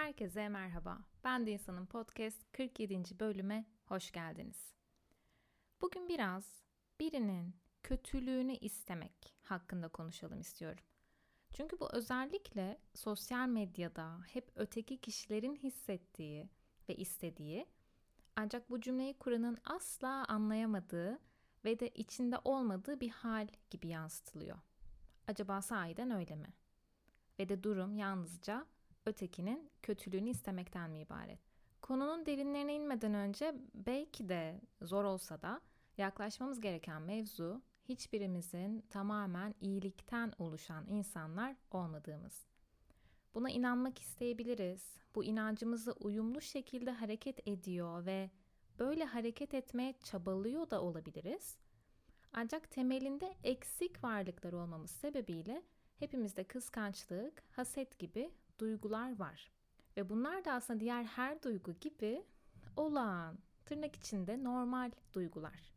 Herkese merhaba. Ben de İnsan'ın podcast 47. bölüme hoş geldiniz. Bugün biraz birinin kötülüğünü istemek hakkında konuşalım istiyorum. Çünkü bu özellikle sosyal medyada hep öteki kişilerin hissettiği ve istediği, ancak bu cümleyi kuranın asla anlayamadığı ve de içinde olmadığı bir hal gibi yansıtılıyor. Acaba sahiden öyle mi? Ve de durum yalnızca ötekinin kötülüğünü istemekten mi ibaret? Konunun derinlerine inmeden önce belki de zor olsa da yaklaşmamız gereken mevzu hiçbirimizin tamamen iyilikten oluşan insanlar olmadığımız. Buna inanmak isteyebiliriz. Bu inancımızla uyumlu şekilde hareket ediyor ve böyle hareket etmeye çabalıyor da olabiliriz. Ancak temelinde eksik varlıklar olmamız sebebiyle hepimizde kıskançlık, haset gibi duygular var. Ve bunlar da aslında diğer her duygu gibi olağan, tırnak içinde normal duygular.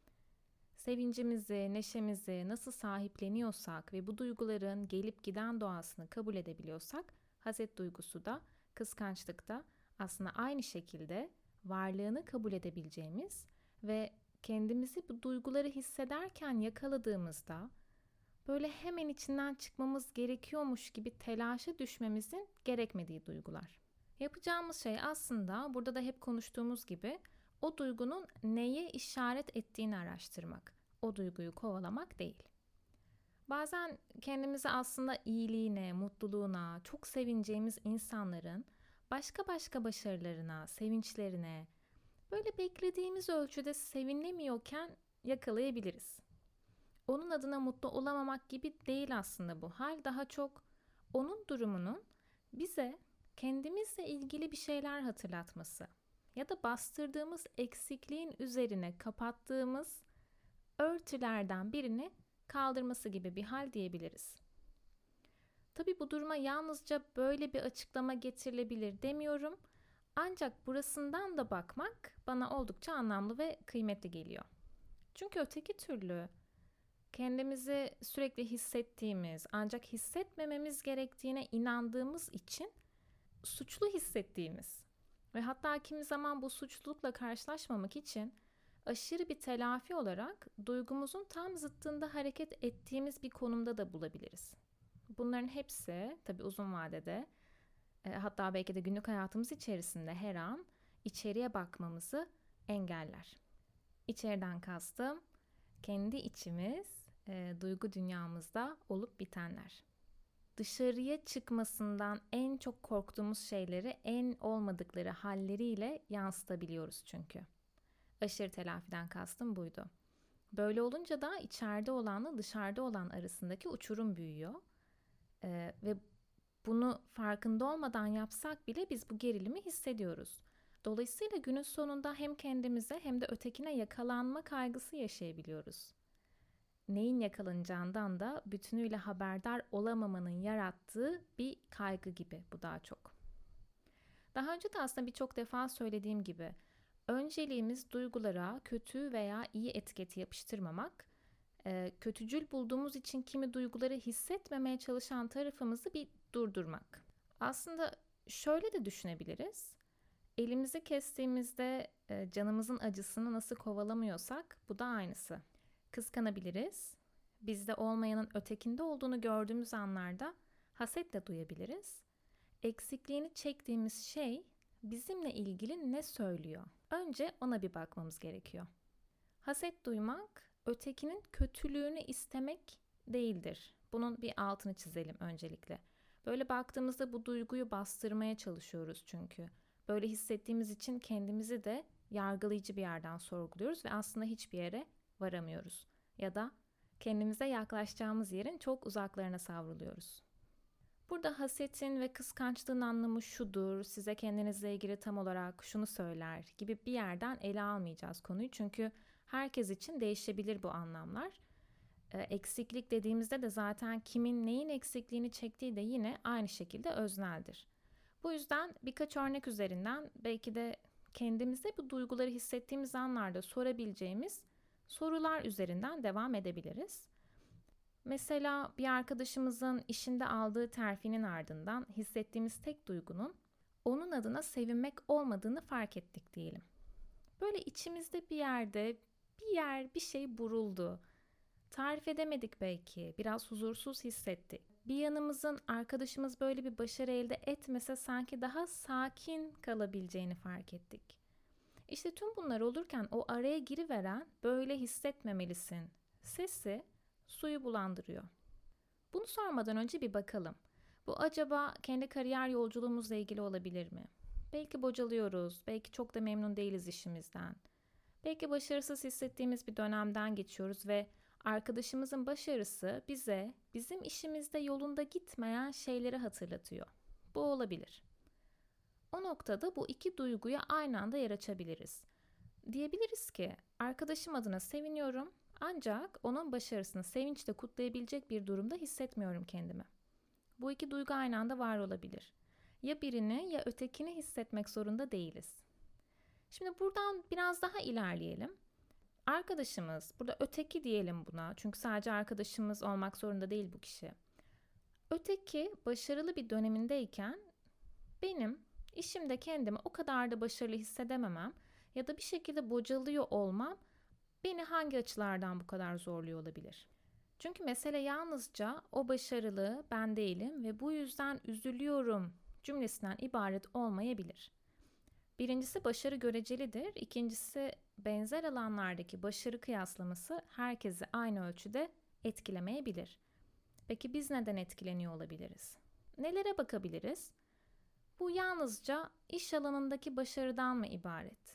Sevincimizi, neşemizi nasıl sahipleniyorsak ve bu duyguların gelip giden doğasını kabul edebiliyorsak, haset duygusu da, kıskançlık da aslında aynı şekilde varlığını kabul edebileceğimiz ve kendimizi bu duyguları hissederken yakaladığımızda böyle hemen içinden çıkmamız gerekiyormuş gibi telaşa düşmemizin gerekmediği duygular. Yapacağımız şey aslında burada da hep konuştuğumuz gibi o duygunun neye işaret ettiğini araştırmak. O duyguyu kovalamak değil. Bazen kendimizi aslında iyiliğine, mutluluğuna, çok sevineceğimiz insanların başka başarılarına, sevinçlerine, böyle beklediğimiz ölçüde sevinemiyorken yakalayabiliriz. Onun adına mutlu olamamak gibi değil aslında bu hal. Daha çok onun durumunun bize kendimizle ilgili bir şeyler hatırlatması ya da bastırdığımız eksikliğin üzerine kapattığımız örtülerden birini kaldırması gibi bir hal diyebiliriz. Tabii bu duruma yalnızca böyle bir açıklama getirilebilir demiyorum. Ancak burasından da bakmak bana oldukça anlamlı ve kıymetli geliyor. Çünkü öteki türlü kendimizi sürekli hissettiğimiz ancak hissetmememiz gerektiğine inandığımız için suçlu hissettiğimiz ve hatta kimi zaman bu suçlulukla karşılaşmamak için aşırı bir telafi olarak duygumuzun tam zıttında hareket ettiğimiz bir konumda da bulabiliriz. Bunların hepsi tabii uzun vadede hatta belki de günlük hayatımız içerisinde her an içeriye bakmamızı engeller. İçeriden kastım kendi içimiz, duygu dünyamızda olup bitenler. Dışarıya çıkmasından en çok korktuğumuz şeyleri en olmadıkları halleriyle yansıtabiliyoruz çünkü. Aşırı telafiden kastım buydu. Böyle olunca da içeride olanla dışarıda olan arasındaki uçurum büyüyor. Ve bunu farkında olmadan yapsak bile biz bu gerilimi hissediyoruz. Dolayısıyla günün sonunda hem kendimize hem de ötekine yakalanma kaygısı yaşayabiliyoruz. Neyin yakalanacağından da bütünüyle haberdar olamamanın yarattığı bir kaygı gibi bu daha çok. Daha önce de aslında birçok defa söylediğim gibi önceliğimiz duygulara kötü veya iyi etiketi yapıştırmamak, kötücül bulduğumuz için kimi duyguları hissetmemeye çalışan tarafımızı bir durdurmak. Aslında şöyle de düşünebiliriz. Elimizi kestiğimizde canımızın acısını nasıl kovalamıyorsak bu da aynısı. Kıskanabiliriz. Bizde olmayanın ötekinde olduğunu gördüğümüz anlarda haset de duyabiliriz. Eksikliğini çektiğimiz şey bizimle ilgili ne söylüyor? Önce ona bir bakmamız gerekiyor. Haset duymak, ötekinin kötülüğünü istemek değildir. Bunun bir altını çizelim öncelikle. Böyle baktığımızda bu duyguyu bastırmaya çalışıyoruz çünkü. Böyle hissettiğimiz için kendimizi de yargılayıcı bir yerden sorguluyoruz ve aslında hiçbir yere varamıyoruz. Ya da kendimize yaklaşacağımız yerin çok uzaklarına savruluyoruz. Burada hasetin ve kıskançlığın anlamı şudur, size kendinizle ilgili tam olarak şunu söyler gibi bir yerden ele almayacağız konuyu. Çünkü herkes için değişebilir bu anlamlar. Eksiklik dediğimizde de zaten kimin neyin eksikliğini çektiği de yine aynı şekilde özneldir. Bu yüzden birkaç örnek üzerinden belki de kendimizde bu duyguları hissettiğimiz anlarda sorabileceğimiz sorular üzerinden devam edebiliriz. Mesela bir arkadaşımızın işinde aldığı terfinin ardından hissettiğimiz tek duygunun onun adına sevinmek olmadığını fark ettik diyelim. Böyle içimizde bir yerde bir şey buruldu. Tarif edemedik belki, biraz huzursuz hissettik. Bir yanımızın arkadaşımız böyle bir başarı elde etmese sanki daha sakin kalabileceğini fark ettik. İşte tüm bunlar olurken o araya giriveren böyle hissetmemelisin sesi suyu bulandırıyor. Bunu sormadan önce bir bakalım. Bu acaba kendi kariyer yolculuğumuzla ilgili olabilir mi? Belki bocalıyoruz, belki çok da memnun değiliz işimizden. Belki başarısız hissettiğimiz bir dönemden geçiyoruz ve arkadaşımızın başarısı bize bizim işimizde yolunda gitmeyen şeyleri hatırlatıyor. Bu olabilir. O noktada bu iki duyguya aynı anda yer açabiliriz. Diyebiliriz ki arkadaşım adına seviniyorum ancak onun başarısını sevinçle kutlayabilecek bir durumda hissetmiyorum kendimi. Bu iki duygu aynı anda var olabilir. Ya birini ya ötekini hissetmek zorunda değiliz. Şimdi buradan biraz daha ilerleyelim. Arkadaşımız, burada öteki diyelim buna çünkü sadece arkadaşımız olmak zorunda değil bu kişi. Öteki başarılı bir dönemindeyken benim işimde kendimi o kadar da başarılı hissedememem ya da bir şekilde bocalıyor olmam beni hangi açılardan bu kadar zorluyor olabilir? Çünkü mesele yalnızca o başarılı ben değilim ve bu yüzden üzülüyorum cümlesinden ibaret olmayabilir. Birincisi başarı görecelidir. İkincisi benzer alanlardaki başarı kıyaslaması herkesi aynı ölçüde etkilemeyebilir. Peki biz neden etkileniyor olabiliriz? Nelere bakabiliriz? Bu yalnızca iş alanındaki başarıdan mı ibaret?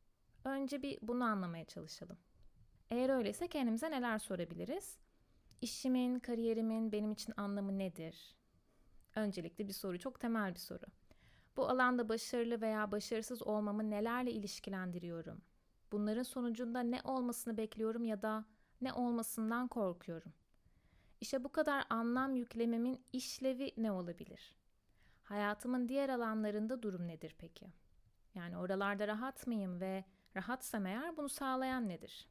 Önce bir bunu anlamaya çalışalım. Eğer öyleyse kendimize neler sorabiliriz? İşimin, kariyerimin benim için anlamı nedir? Öncelikle bir soru, çok temel bir soru. Bu alanda başarılı veya başarısız olmamı nelerle ilişkilendiriyorum? Bunların sonucunda ne olmasını bekliyorum ya da ne olmasından korkuyorum? İşe bu kadar anlam yüklememin işlevi ne olabilir? Hayatımın diğer alanlarında durum nedir peki? Yani oralarda rahat mıyım ve rahatsam eğer bunu sağlayan nedir?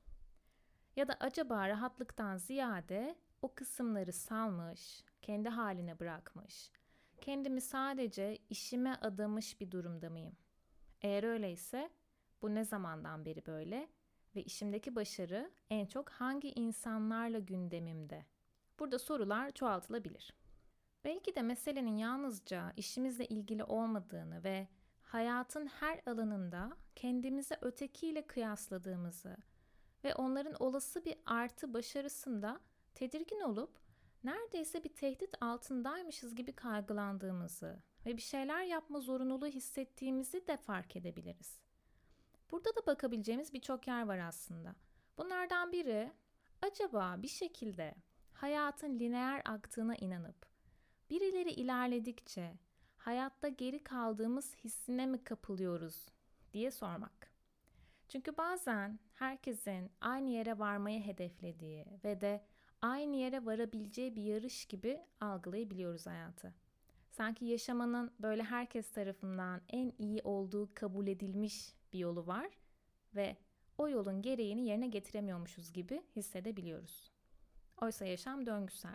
Ya da acaba rahatlıktan ziyade o kısımları salmış, kendi haline bırakmış, kendimi sadece işime adamış bir durumda mıyım? Eğer öyleyse bu ne zamandan beri böyle ve işimdeki başarı en çok hangi insanlarla gündemimde? Burada sorular çoğaltılabilir. Belki de meselenin yalnızca işimizle ilgili olmadığını ve hayatın her alanında kendimizi ötekiyle kıyasladığımızı ve onların olası bir artı başarısında tedirgin olup neredeyse bir tehdit altındaymışız gibi kaygılandığımızı ve bir şeyler yapma zorunluluğu hissettiğimizi de fark edebiliriz. Burada da bakabileceğimiz birçok yer var aslında. Bunlardan biri, acaba bir şekilde hayatın lineer aktığına inanıp birileri ilerledikçe hayatta geri kaldığımız hissine mi kapılıyoruz diye sormak. Çünkü bazen herkesin aynı yere varmayı hedeflediği ve de aynı yere varabileceği bir yarış gibi algılayabiliyoruz hayatı. Sanki yaşamanın böyle herkes tarafından en iyi olduğu kabul edilmiş bir yolu var ve o yolun gereğini yerine getiremiyormuşuz gibi hissedebiliyoruz. Oysa yaşam döngüsel.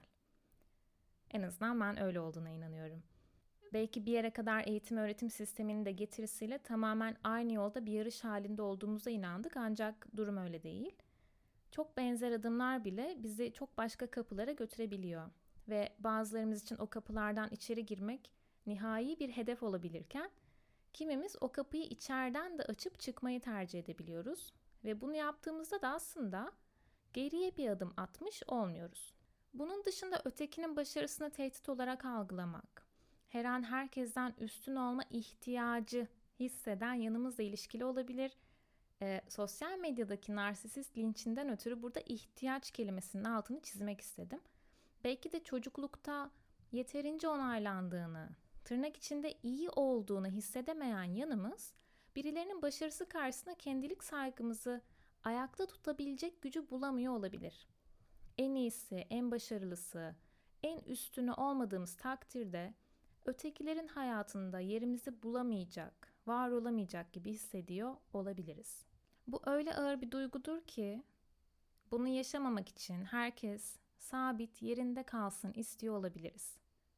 En azından ben öyle olduğuna inanıyorum. Belki bir yere kadar eğitim öğretim sisteminin de getirisiyle tamamen aynı yolda bir yarış halinde olduğumuza inandık ancak durum öyle değil. Çok benzer adımlar bile bizi çok başka kapılara götürebiliyor ve bazılarımız için o kapılardan içeri girmek nihai bir hedef olabilirken kimimiz o kapıyı içeriden de açıp çıkmayı tercih edebiliyoruz ve bunu yaptığımızda da aslında geriye bir adım atmış olmuyoruz. Bunun dışında ötekinin başarısını tehdit olarak algılamak, her an herkesten üstün olma ihtiyacı hisseden yanımızla ilişkili olabilir. Sosyal medyadaki narsisist linçinden ötürü burada ihtiyaç kelimesinin altını çizmek istedim. Belki de çocuklukta yeterince onaylandığını, tırnak içinde iyi olduğunu hissedemeyen yanımız, birilerinin başarısı karşısında kendilik saygımızı ayakta tutabilecek gücü bulamıyor olabilir. En iyisi, en başarılısı, en üstünü olmadığımız takdirde ötekilerin hayatında yerimizi bulamayacak, var olamayacak gibi hissediyor olabiliriz. Bu öyle ağır bir duygudur ki bunu yaşamamak için herkes sabit yerinde kalsın istiyor olabiliriz.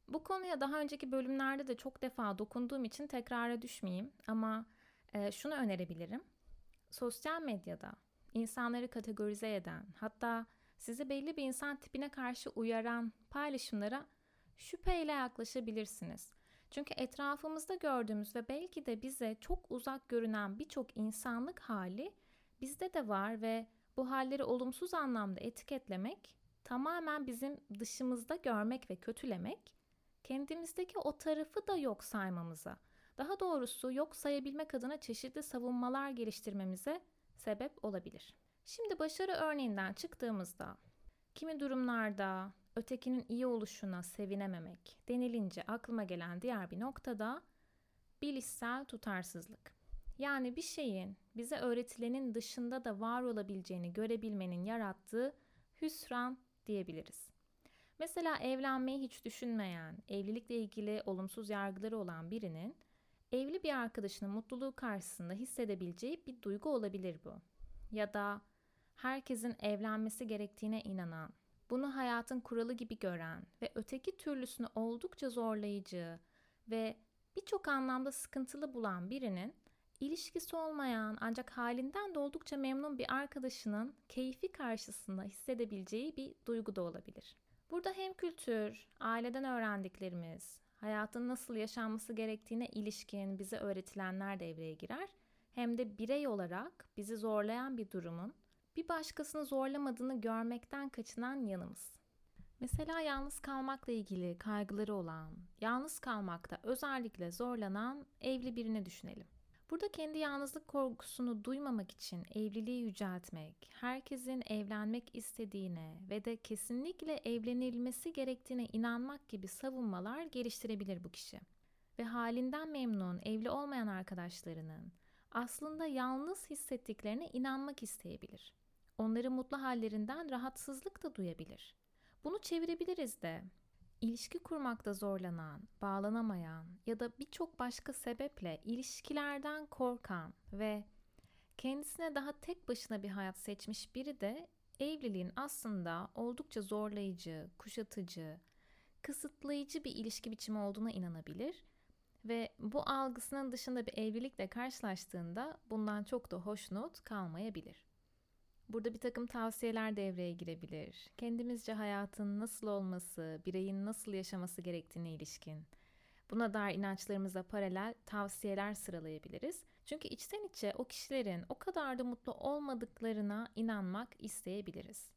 Bu konuya daha önceki bölümlerde de çok defa dokunduğum için tekrara düşmeyeyim ama şunu önerebilirim. Sosyal medyada insanları kategorize eden, hatta sizi belli bir insan tipine karşı uyaran paylaşımlara şüpheyle yaklaşabilirsiniz. Çünkü etrafımızda gördüğümüz ve belki de bize çok uzak görünen birçok insanlık hali bizde de var ve bu halleri olumsuz anlamda etiketlemek, tamamen bizim dışımızda görmek ve kötülemek, kendimizdeki o tarafı da yok saymamıza, daha doğrusu yok sayabilmek adına çeşitli savunmalar geliştirmemize sebep olabilir. Şimdi başarı örneğinden çıktığımızda, kimi durumlarda ötekinin iyi oluşuna sevinememek denilince aklıma gelen diğer bir noktada bilişsel tutarsızlık. Yani bir şeyin bize öğretilenin dışında da var olabileceğini görebilmenin yarattığı hüsran diyebiliriz. Mesela evlenmeyi hiç düşünmeyen, evlilikle ilgili olumsuz yargıları olan birinin evli bir arkadaşının mutluluğu karşısında hissedebileceği bir duygu olabilir bu. Ya da herkesin evlenmesi gerektiğine inanan, bunu hayatın kuralı gibi gören ve öteki türlüsünü oldukça zorlayıcı ve birçok anlamda sıkıntılı bulan birinin ilişkisi olmayan ancak halinden de oldukça memnun bir arkadaşının keyfi karşısında hissedebileceği bir duygu da olabilir. Burada hem kültür, aileden öğrendiklerimiz, hayatın nasıl yaşanması gerektiğine ilişkin bize öğretilenler devreye girer, hem de birey olarak bizi zorlayan bir durumun bir başkasını zorlamadığını görmekten kaçınan yanımız. Mesela yalnız kalmakla ilgili kaygıları olan, yalnız kalmakta özellikle zorlanan evli birini düşünelim. Burada kendi yalnızlık korkusunu duymamak için evliliği yüceltmek, herkesin evlenmek istediğine ve de kesinlikle evlenilmesi gerektiğine inanmak gibi savunmalar geliştirebilir bu kişi. Ve halinden memnun, evli olmayan arkadaşlarının aslında yalnız hissettiklerine inanmak isteyebilir. Onları mutlu hallerinden rahatsızlık da duyabilir. Bunu çevirebiliriz de. İlişki kurmakta zorlanan, bağlanamayan ya da birçok başka sebeple ilişkilerden korkan ve kendisine daha tek başına bir hayat seçmiş biri de evliliğin aslında oldukça zorlayıcı, kuşatıcı, kısıtlayıcı bir ilişki biçimi olduğuna inanabilir ve bu algısının dışında bir evlilikle karşılaştığında bundan çok da hoşnut kalmayabilir. Burada bir takım tavsiyeler devreye girebilir. Kendimizce hayatın nasıl olması, bireyin nasıl yaşaması gerektiğine ilişkin. Buna dair inançlarımıza paralel tavsiyeler sıralayabiliriz. Çünkü içten içe o kişilerin o kadar da mutlu olmadıklarına inanmak isteyebiliriz.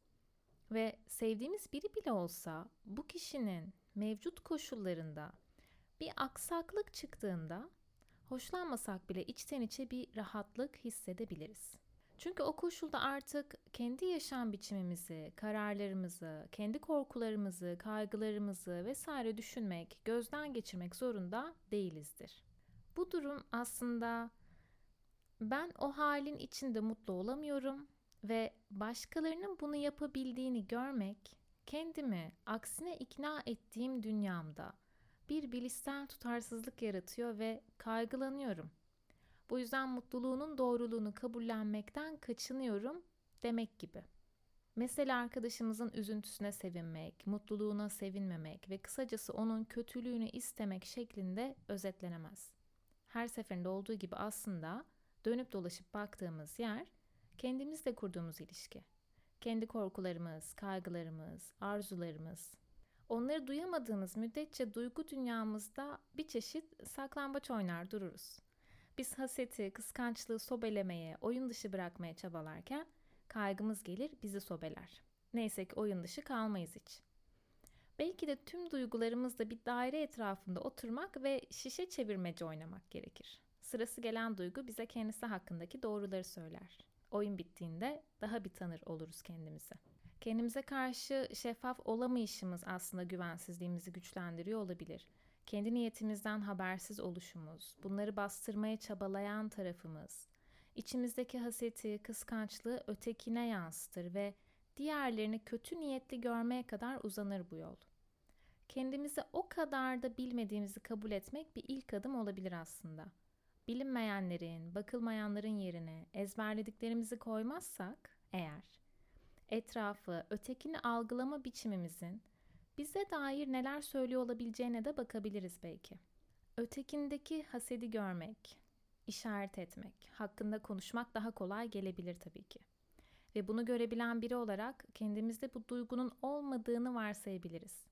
Ve sevdiğimiz biri bile olsa bu kişinin mevcut koşullarında bir aksaklık çıktığında hoşlanmasak bile içten içe bir rahatlık hissedebiliriz. Çünkü o koşulda artık kendi yaşam biçimimizi, kararlarımızı, kendi korkularımızı, kaygılarımızı vesaire düşünmek, gözden geçirmek zorunda değilizdir. Bu durum aslında ben o halin içinde mutlu olamıyorum ve başkalarının bunu yapabildiğini görmek, kendimi aksine ikna ettiğim dünyamda bir bilişsel tutarsızlık yaratıyor ve kaygılanıyorum. Bu yüzden mutluluğunun doğruluğunu kabullenmekten kaçınıyorum demek gibi. Mesela arkadaşımızın üzüntüsüne sevinmek, mutluluğuna sevinmemek ve kısacası onun kötülüğünü istemek şeklinde özetlenemez. Her seferinde olduğu gibi aslında dönüp dolaşıp baktığımız yer kendimizle kurduğumuz ilişki. Kendi korkularımız, kaygılarımız, arzularımız. Onları duyamadığımız müddetçe duygu dünyamızda bir çeşit saklambaç oynar dururuz. Biz haseti, kıskançlığı sobelemeye, oyun dışı bırakmaya çabalarken kaygımız gelir bizi sobeler. Neyse ki oyun dışı kalmayız hiç. Belki de tüm duygularımızda bir daire etrafında oturmak ve şişe çevirmece oynamak gerekir. Sırası gelen duygu bize kendisi hakkındaki doğruları söyler. Oyun bittiğinde daha bir tanır oluruz kendimizi. Kendimize karşı şeffaf olamayışımız aslında güvensizliğimizi güçlendiriyor olabilir. Kendi niyetimizden habersiz oluşumuz, bunları bastırmaya çabalayan tarafımız, içimizdeki haseti, kıskançlığı ötekine yansıtır ve diğerlerini kötü niyetli görmeye kadar uzanır bu yol. Kendimizi o kadar da bilmediğimizi kabul etmek bir ilk adım olabilir aslında. Bilinmeyenlerin, bakılmayanların yerine ezberlediklerimizi koymazsak eğer, etrafı, ötekini algılama biçimimizin bize dair neler söylüyor olabileceğine de bakabiliriz belki. Ötekindeki hasedi görmek, işaret etmek, hakkında konuşmak daha kolay gelebilir tabii ki. Ve bunu görebilen biri olarak kendimizde bu duygunun olmadığını varsayabiliriz.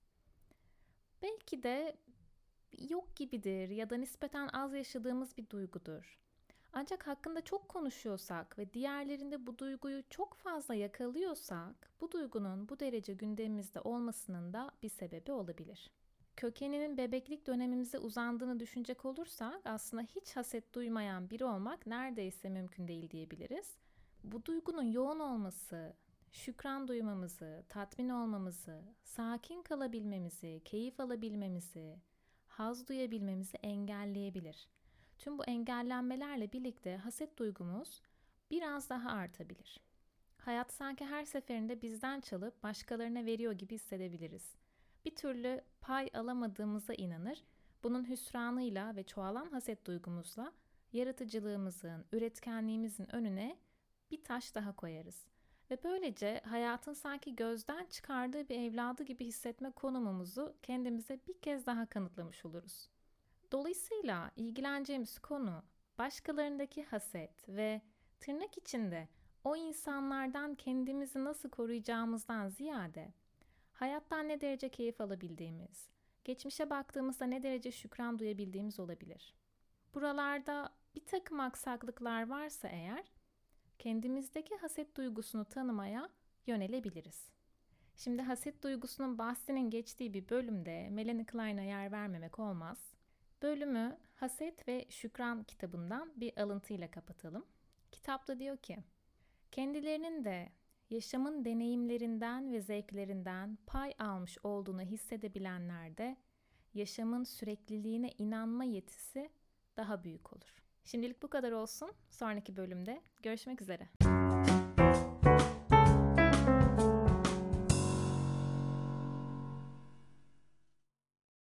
Belki de yok gibidir ya da nispeten az yaşadığımız bir duygudur. Ancak hakkında çok konuşuyorsak ve diğerlerinde bu duyguyu çok fazla yakalıyorsak, bu duygunun bu derece gündemimizde olmasının da bir sebebi olabilir. Kökeninin bebeklik dönemimize uzandığını düşünecek olursak aslında hiç haset duymayan biri olmak neredeyse mümkün değil diyebiliriz. Bu duygunun yoğun olması, şükran duymamızı, tatmin olmamızı, sakin kalabilmemizi, keyif alabilmemizi, haz duyabilmemizi engelleyebilir. Tüm bu engellenmelerle birlikte haset duygumuz biraz daha artabilir. Hayat sanki her seferinde bizden çalıp başkalarına veriyor gibi hissedebiliriz. Bir türlü pay alamadığımıza inanır, bunun hüsranıyla ve çoğalan haset duygumuzla yaratıcılığımızın, üretkenliğimizin önüne bir taş daha koyarız. Ve böylece hayatın sanki gözden çıkardığı bir evladı gibi hissetme konumumuzu kendimize bir kez daha kanıtlamış oluruz. Dolayısıyla ilgileneceğimiz konu başkalarındaki haset ve tırnak içinde o insanlardan kendimizi nasıl koruyacağımızdan ziyade hayattan ne derece keyif alabildiğimiz, geçmişe baktığımızda ne derece şükran duyabildiğimiz olabilir. Buralarda bir takım aksaklıklar varsa eğer, kendimizdeki haset duygusunu tanımaya yönelebiliriz. Şimdi haset duygusunun bahsinin geçtiği bir bölümde Melanie Klein'a yer vermemek olmaz. Bölümü Haset ve Şükran kitabından bir alıntıyla kapatalım. Kitapta diyor ki, kendilerinin de yaşamın deneyimlerinden ve zevklerinden pay almış olduğunu hissedebilenlerde yaşamın sürekliliğine inanma yetisi daha büyük olur. Şimdilik bu kadar olsun. Sonraki bölümde görüşmek üzere.